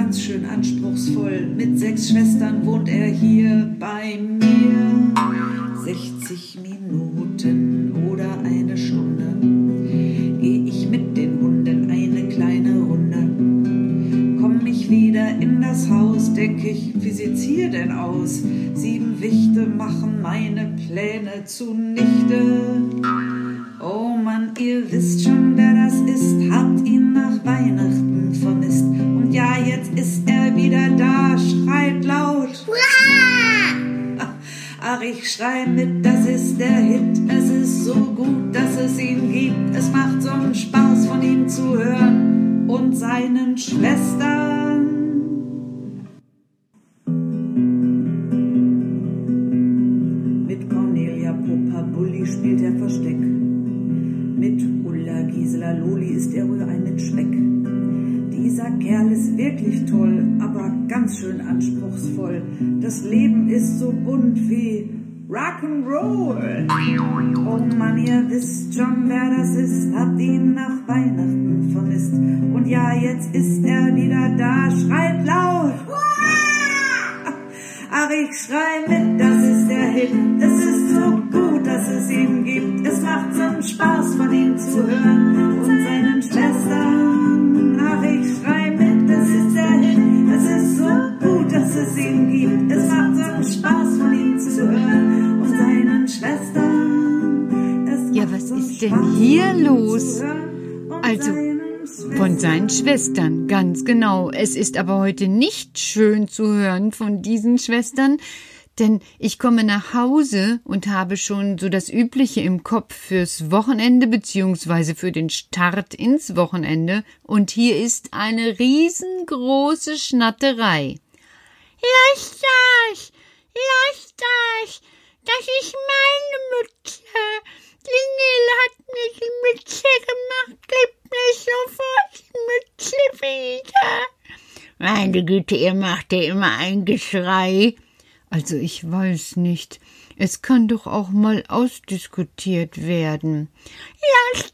ganz schön anspruchsvoll. Mit 6 Schwestern wohnt er hier bei mir. 60 Minuten oder eine Stunde geh ich mit den Hunden eine kleine Runde. Komm ich wieder in das Haus, denk ich, wie sieht's hier denn aus? 7 Wichte machen meine Pläne zunichte. Oh Mann, ihr wisst schon, wer das ist, habt ihn nach Weihnachten vermisst. Und ja, jetzt ist er wieder da, schreit laut. Hurra! Ach, ich schrei mit, das ist der Hit. Es ist so gut, dass es ihn gibt. Es macht so einen Spaß, von ihm zu hören und seinen Schwestern. Mit Cornelia Popa Bulli spielt er Versteck. Mit Ulla, Gisela, Loli ist er wohl ein mit Speck. Dieser Kerl ist wirklich toll, aber ganz schön anspruchsvoll. Das Leben ist so bunt wie Rock'n'Roll. Oh Mann, ihr wisst schon, wer das ist, habt ihn nach Weihnachten vermisst. Und ja, jetzt ist er wieder da, schreit laut. Ach, ich schrei mit, das ist der Hit. Es ist so gut, dass es ihn gibt. Es macht so einen Spaß, von ihm zu hören und seinen Schwestern. Ach, ich schrei mit, das ist der Hit. Es ist so gut, dass es ihn gibt. Es macht so einen Spaß, von ihm zu hören und seinen Schwestern. Ja, was ist denn hier los? Also, von seinen Schwestern, ganz genau. Es ist aber heute nicht schön zu hören von diesen Schwestern, denn ich komme nach Hause und habe schon so das Übliche im Kopf fürs Wochenende beziehungsweise für den Start ins Wochenende und hier ist eine riesengroße Schnatterei. Lasst das! Das ist meine Mütze! Die Nele hat mir die Mütze gemacht, gebt mir sofort die Mütze wieder. Meine Güte, ihr macht ja immer ein Geschrei. Also ich weiß nicht, es kann doch auch mal ausdiskutiert werden. Lasst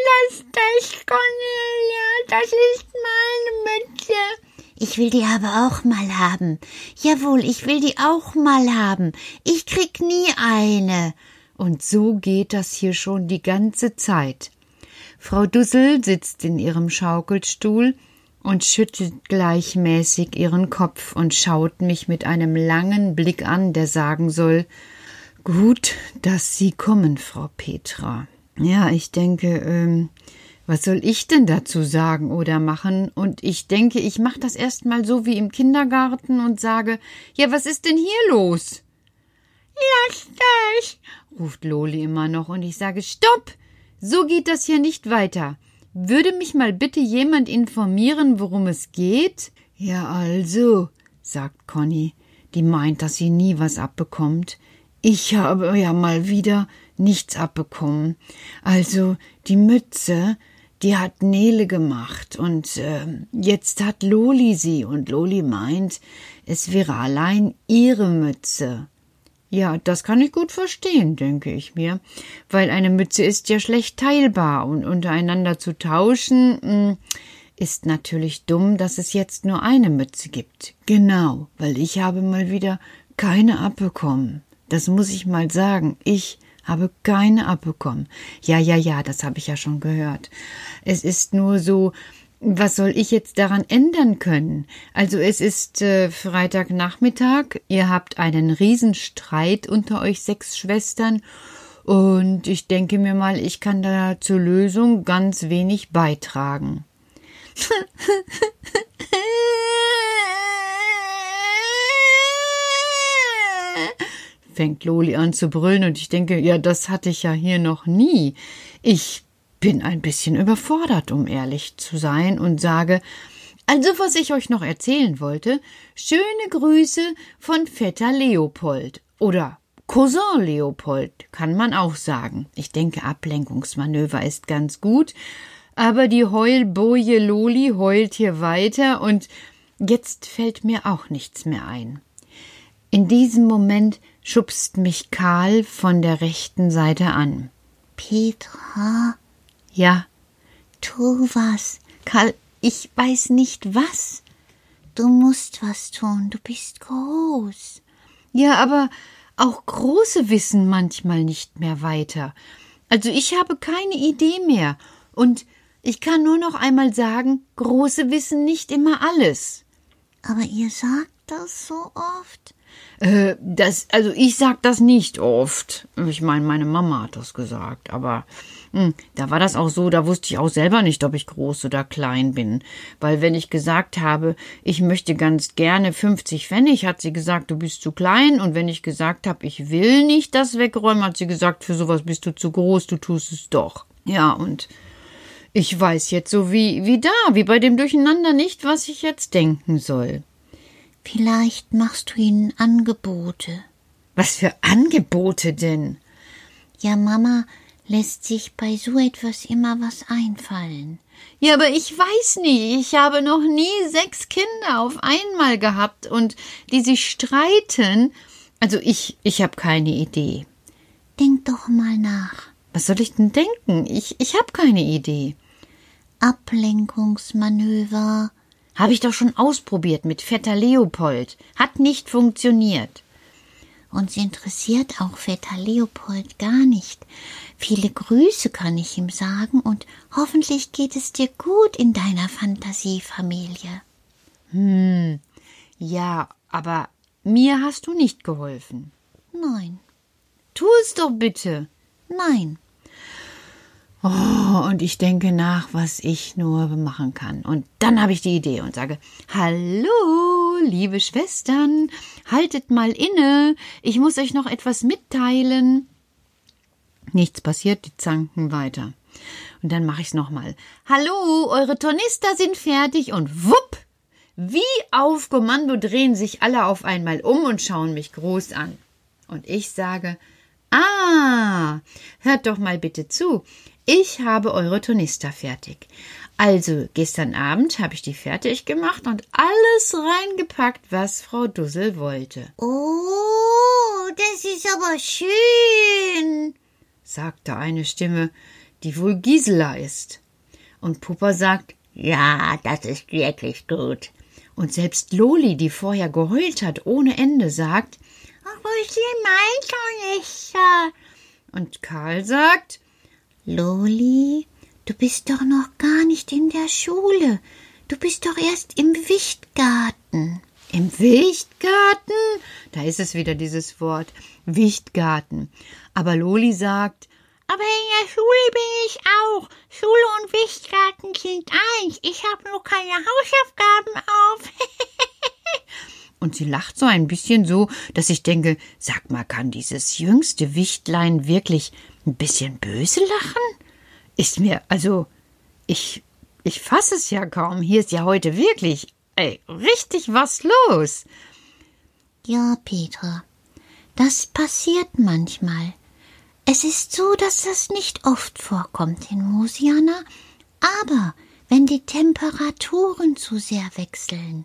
das, Cornelia, das ist meine Mütze. Ich will die aber auch mal haben. Jawohl, ich will die auch mal haben. Ich krieg nie eine. Und so geht das hier schon die ganze Zeit. Frau Dussel sitzt in ihrem Schaukelstuhl und schüttelt gleichmäßig ihren Kopf und schaut mich mit einem langen Blick an, der sagen soll, gut, dass Sie kommen, Frau Petra. Ja, ich denke, was soll ich denn dazu sagen oder machen? Und ich denke, ich mache das erstmal so wie im Kindergarten und sage, ja, was ist denn hier los? Lass das, ruft Loli immer noch und ich sage, stopp, so geht das hier nicht weiter. Würde mich mal bitte jemand informieren, worum es geht? Ja, also, sagt Conny, die meint, dass sie nie was abbekommt. Ich habe ja mal wieder nichts abbekommen. Also, die Mütze, die hat Nele gemacht und jetzt hat Loli sie und Loli meint, es wäre allein ihre Mütze. Ja, das kann ich gut verstehen, denke ich mir, weil eine Mütze ist ja schlecht teilbar und untereinander zu tauschen ist natürlich dumm, dass es jetzt nur eine Mütze gibt. Genau, weil ich habe mal wieder keine abbekommen. Das muss ich mal sagen, ich habe keine abbekommen. Ja, das habe ich ja schon gehört. Es ist nur so, was soll ich jetzt daran ändern können? Also es ist Freitagnachmittag, ihr habt einen Riesenstreit unter euch 6 Schwestern und ich denke mir mal, ich kann da zur Lösung ganz wenig beitragen. Fängt Loli an zu brüllen und ich denke, ja, das hatte ich ja hier noch nie. Ich bin ein bisschen überfordert, um ehrlich zu sein, und sage, also was ich euch noch erzählen wollte, schöne Grüße von Vetter Leopold oder Cousin Leopold, kann man auch sagen. Ich denke, Ablenkungsmanöver ist ganz gut, aber die Heulboje Loli heult hier weiter und jetzt fällt mir auch nichts mehr ein. In diesem Moment schubst mich Karl von der rechten Seite an. Petra? Ja. Tu was. Karl, ich weiß nicht was. Du musst was tun, du bist groß. Ja, aber auch Große wissen manchmal nicht mehr weiter. Also ich habe keine Idee mehr. Und ich kann nur noch einmal sagen, Große wissen nicht immer alles. Aber ihr sagt das so oft. Also ich sag das nicht oft. Ich meine, meine Mama hat das gesagt, aber da war das auch so, da wusste ich auch selber nicht, ob ich groß oder klein bin. Weil wenn ich gesagt habe, ich möchte ganz gerne 50 Pfennig, hat sie gesagt, du bist zu klein. Und wenn ich gesagt habe, ich will nicht das wegräumen, hat sie gesagt, für sowas bist du zu groß, du tust es doch. Ja, und ich weiß jetzt so wie bei dem Durcheinander nicht, was ich jetzt denken soll. Vielleicht machst du ihnen Angebote. Was für Angebote denn? Ja, Mama lässt sich bei so etwas immer was einfallen. Ja, aber ich weiß nicht. Ich habe noch nie 6 Kinder auf einmal gehabt und die sich streiten. Also ich habe keine Idee. Denk doch mal nach. Was soll ich denn denken? Ich habe keine Idee. Ablenkungsmanöver. Habe ich doch schon ausprobiert mit Vetter Leopold. Hat nicht funktioniert. Uns interessiert auch Vetter Leopold gar nicht. Viele Grüße kann ich ihm sagen und hoffentlich geht es dir gut in deiner Fantasiefamilie. Ja, aber mir hast du nicht geholfen. Nein. Tu es doch bitte. Nein. Oh, und ich denke nach, was ich nur machen kann. Und dann habe ich die Idee und sage, hallo, liebe Schwestern, haltet mal inne, ich muss euch noch etwas mitteilen. Nichts passiert, die zanken weiter. Und dann mache ich es nochmal. Hallo, eure Tornister sind fertig und wupp, wie auf Kommando drehen sich alle auf einmal um und schauen mich groß an. Und ich sage, hört doch mal bitte zu. Ich habe eure Tornister fertig. Also, gestern Abend habe ich die fertig gemacht und alles reingepackt, was Frau Dussel wollte. Oh, das ist aber schön, sagte eine Stimme, die wohl Gisela ist. Und Puppa sagt, ja, das ist wirklich gut. Und selbst Loli, die vorher geheult hat ohne Ende, sagt, ach, wo ist denn mein Tornister? Und Karl sagt, Loli, du bist doch noch gar nicht in der Schule. Du bist doch erst im Wichtgarten. Im Wichtgarten? Da ist es wieder dieses Wort, Wichtgarten. Aber Loli sagt, aber in der Schule bin ich auch. Schule und Wichtgarten sind eins. Ich habe nur keine Hausaufgaben auf. Und sie lacht so ein bisschen so, dass ich denke, sag mal, kann dieses jüngste Wichtlein wirklich ein bisschen böse lachen? Ist mir, also, ich fasse es ja kaum. Hier ist ja heute wirklich, richtig was los. Ja, Petra, das passiert manchmal. Es ist so, dass das nicht oft vorkommt in Mosiana, aber wenn die Temperaturen zu sehr wechseln.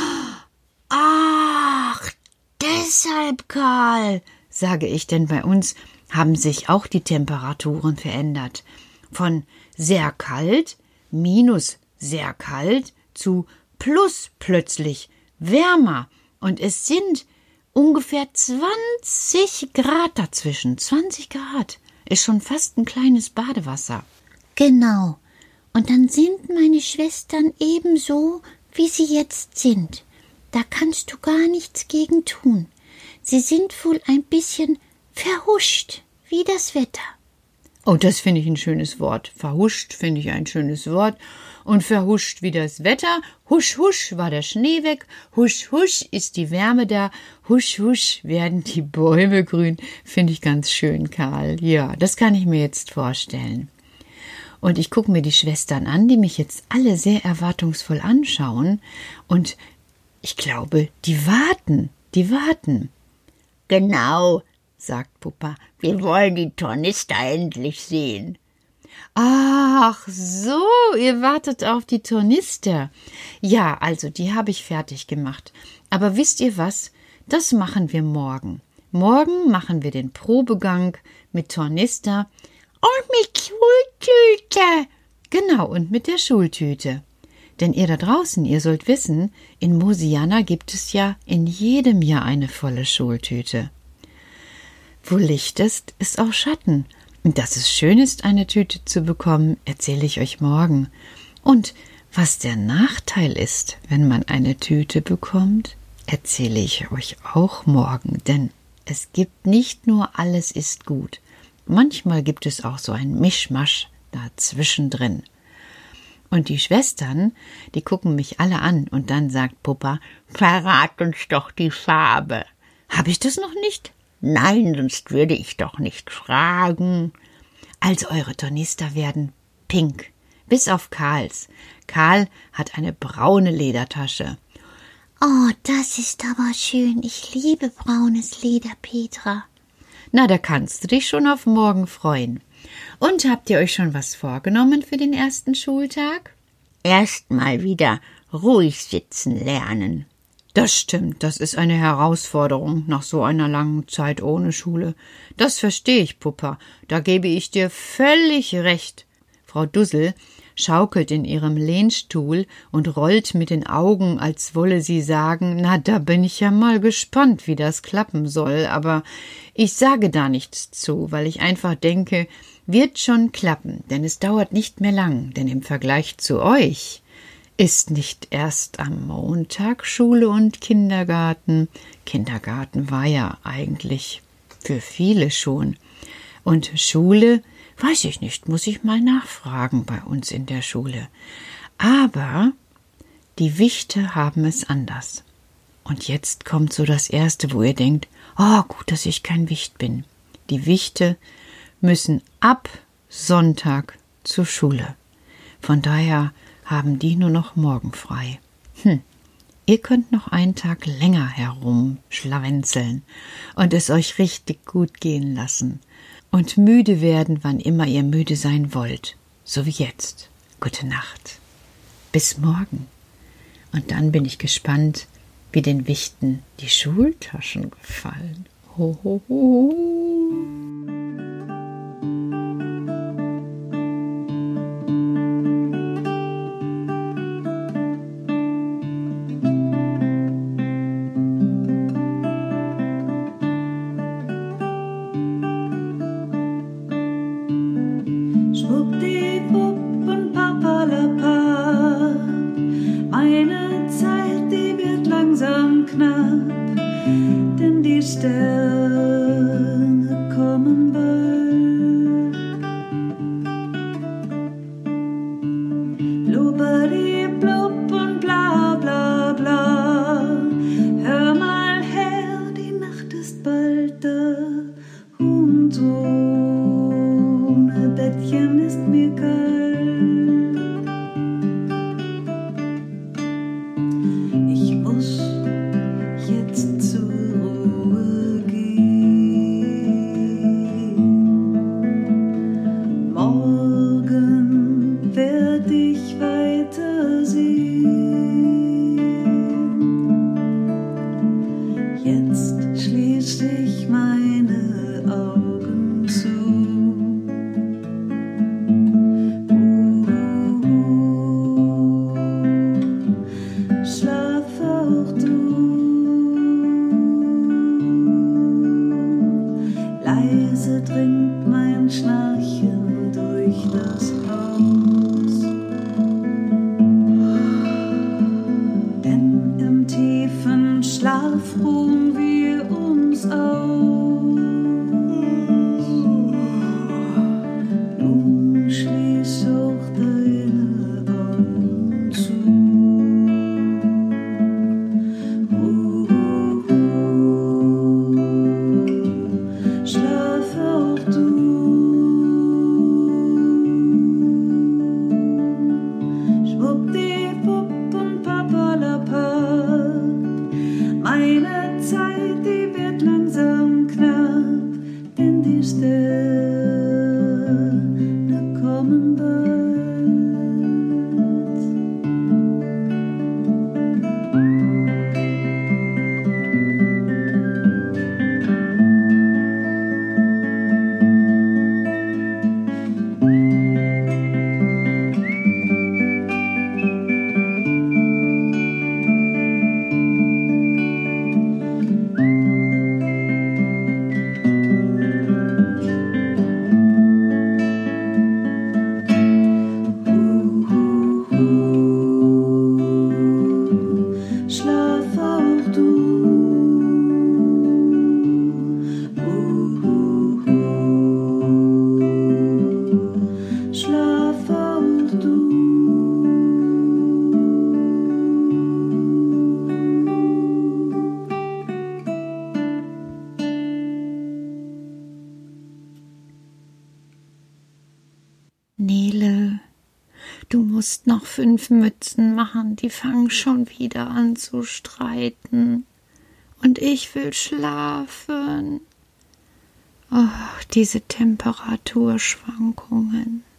Ach, deshalb, Karl, sage ich, denn bei uns haben sich auch die Temperaturen verändert. Von sehr kalt, minus sehr kalt, zu plus plötzlich wärmer. Und es sind ungefähr 20 Grad dazwischen. 20 Grad ist schon fast ein kleines Badewasser. Genau. Und dann sind meine Schwestern ebenso, wie sie jetzt sind. Da kannst du gar nichts gegen tun. Sie sind wohl ein bisschen verhuscht, wie das Wetter. Oh, das finde ich ein schönes Wort. Verhuscht finde ich ein schönes Wort. Und verhuscht wie das Wetter. Husch, husch war der Schnee weg. Husch, husch ist die Wärme da. Husch, husch werden die Bäume grün. Finde ich ganz schön, Karl. Ja, das kann ich mir jetzt vorstellen. Und ich gucke mir die Schwestern an, die mich jetzt alle sehr erwartungsvoll anschauen. Und ich glaube, die warten. Genau, sagt Puppa. Wir wollen die Tornister endlich sehen. Ach so, ihr wartet auf die Tornister. Ja, also die habe ich fertig gemacht. Aber wisst ihr was? Das machen wir morgen. Morgen machen wir den Probegang mit Tornister. Und mit Schultüte. Genau, und mit der Schultüte. Denn ihr da draußen, ihr sollt wissen, in Mosiana gibt es ja in jedem Jahr eine volle Schultüte. Wo Licht ist, ist auch Schatten. Und dass es schön ist, eine Tüte zu bekommen, erzähle ich euch morgen. Und was der Nachteil ist, wenn man eine Tüte bekommt, erzähle ich euch auch morgen. Denn es gibt nicht nur alles ist gut. Manchmal gibt es auch so ein Mischmasch dazwischendrin. Und die Schwestern, die gucken mich alle an und dann sagt Papa, verrat uns doch die Farbe. Hab ich das noch nicht? Nein, sonst würde ich doch nicht fragen. Also eure Tornister werden pink, bis auf Karls. Karl hat eine braune Ledertasche. Oh, das ist aber schön. Ich liebe braunes Leder, Petra. Na, da kannst du dich schon auf morgen freuen. Und habt ihr euch schon was vorgenommen für den ersten Schultag? Erst mal wieder ruhig sitzen lernen. Das stimmt, das ist eine Herausforderung nach so einer langen Zeit ohne Schule. Das verstehe ich, Puppa, da gebe ich dir völlig recht. Frau Dussel schaukelt in ihrem Lehnstuhl und rollt mit den Augen, als wolle sie sagen, na, da bin ich ja mal gespannt, wie das klappen soll, aber ich sage da nichts zu, weil ich einfach denke, wird schon klappen, denn es dauert nicht mehr lang, denn im Vergleich zu euch ist nicht erst am Montag Schule und Kindergarten. Kindergarten war ja eigentlich für viele schon. Und Schule, weiß ich nicht, muss ich mal nachfragen bei uns in der Schule. Aber die Wichte haben es anders. Und jetzt kommt so das Erste, wo ihr denkt, oh, gut, dass ich kein Wicht bin. Die Wichte müssen ab Sonntag zur Schule. Von daher haben die nur noch morgen frei. Ihr könnt noch einen Tag länger herumschlawenzeln und es euch richtig gut gehen lassen und müde werden, wann immer ihr müde sein wollt, so wie jetzt. Gute Nacht. Bis morgen. Und dann bin ich gespannt, wie den Wichten die Schultaschen gefallen. Ho, ho, ho. Schwuppdiwupp und papalapa, meine Zeit, die wird langsam knapp, denn die Sterne kommen bald. Blubberdi-blub und bla bla bla, hör mal her, die Nacht ist bald da und so. Bettchen ist mir kalt. Ich muss jetzt zur Ruhe gehen. Morgen werd ich weitersehen. Jetzt schließ ich meine Augen zu. Leise dringt mein Schnarchen durch das Haus, denn im tiefen Schlaf ruhen wir uns aus. Nun schließ auch deine Augen zu. Schlaf auch du. Schwuppdiwupp und papalapa, meine Zeit, die wird langsam knapp. musst noch 5 Mützen machen, die fangen schon wieder an zu streiten. Und ich will schlafen. Oh, diese Temperaturschwankungen.